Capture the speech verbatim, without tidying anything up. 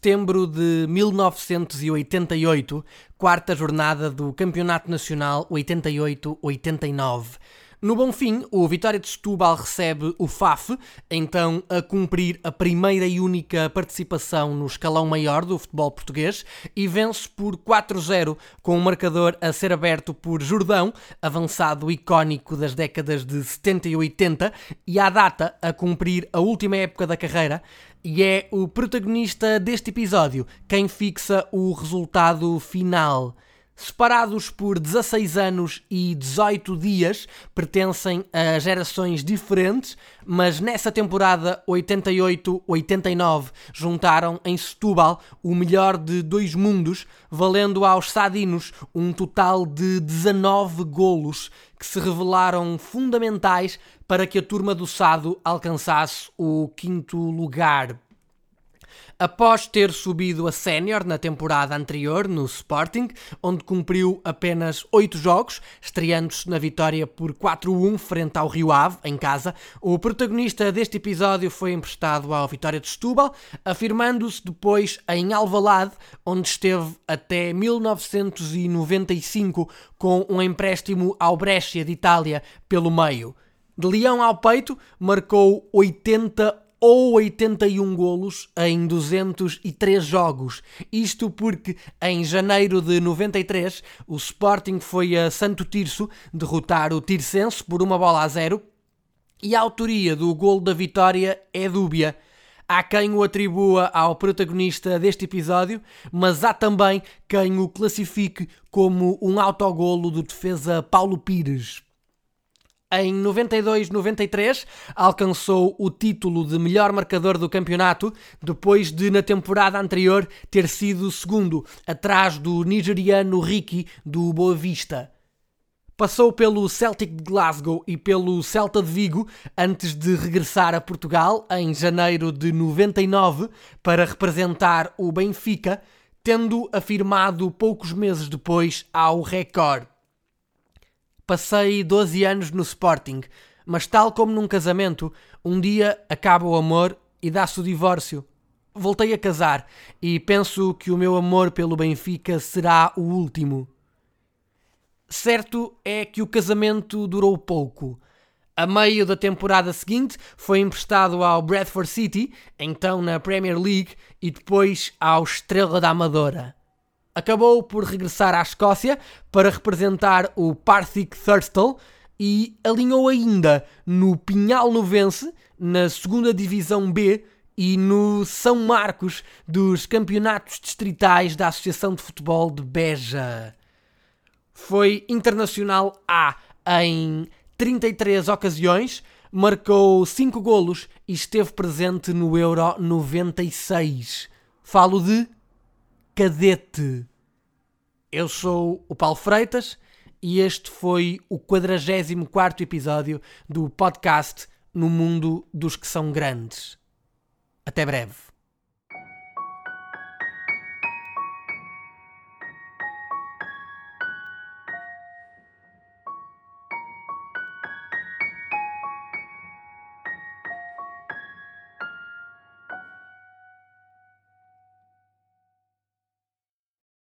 setembro de mil novecentos e oitenta e oito, quarta jornada do Campeonato Nacional oitenta e oito oitenta e nove. No Bonfim, o Vitória de Setúbal recebe o F A F, então a cumprir a primeira e única participação no escalão maior do futebol português, e vence por quatro a zero, com o marcador a ser aberto por Jordão, avançado icónico das décadas de setenta e oitenta, e à data a cumprir a última época da carreira, e é o protagonista deste episódio quem fixa o resultado final. Separados por dezasseis anos e dezoito dias, pertencem a gerações diferentes, mas nessa temporada oitenta e oito oitenta e nove juntaram em Setúbal o melhor de dois mundos, valendo aos sadinos um total de dezanove golos que se revelaram fundamentais para que a turma do Sado alcançasse o quinto lugar. Após ter subido a sénior na temporada anterior no Sporting, onde cumpriu apenas oito jogos, estreando-se na vitória por quatro a um frente ao Rio Ave, em casa, o protagonista deste episódio foi emprestado ao Vitória de Setúbal, afirmando-se depois em Alvalade, onde esteve até mil novecentos e noventa e cinco com um empréstimo ao Brescia de Itália pelo meio. De leão ao peito, marcou oitenta ou oitenta e um golos em duzentos e três jogos. Isto porque em janeiro de noventa e três o Sporting foi a Santo Tirso derrotar o Tirsense por uma bola a zero e a autoria do golo da vitória é dúbia. Há quem o atribua ao protagonista deste episódio, mas há também quem o classifique como um autogolo do defesa Paulo Pires. Em noventa e dois noventa e três alcançou o título de melhor marcador do campeonato, depois de na temporada anterior ter sido segundo, atrás do nigeriano Ricky do Boa Vista. Passou pelo Celtic de Glasgow e pelo Celta de Vigo antes de regressar a Portugal em janeiro de noventa e nove para representar o Benfica, tendo afirmado poucos meses depois ao Record. Passei doze anos no Sporting, mas tal como num casamento, um dia acaba o amor e dá-se o divórcio. Voltei a casar e penso que o meu amor pelo Benfica será o último. Certo é que o casamento durou pouco. A meio da temporada seguinte foi emprestado ao Bradford City, então na Premier League, e depois ao Estrela da Amadora. Acabou por regressar à Escócia para representar o Partick Thistle e alinhou ainda no Pinhal Novense, na segunda Divisão B e no São Marcos dos Campeonatos Distritais da Associação de Futebol de Beja. Foi internacional A em trinta e três ocasiões, marcou cinco golos e esteve presente no Euro noventa e seis. Falo de cadete. Eu sou o Paulo Freitas e este foi o quadragésimo quarto episódio do podcast No Mundo dos que São Grandes. Até breve.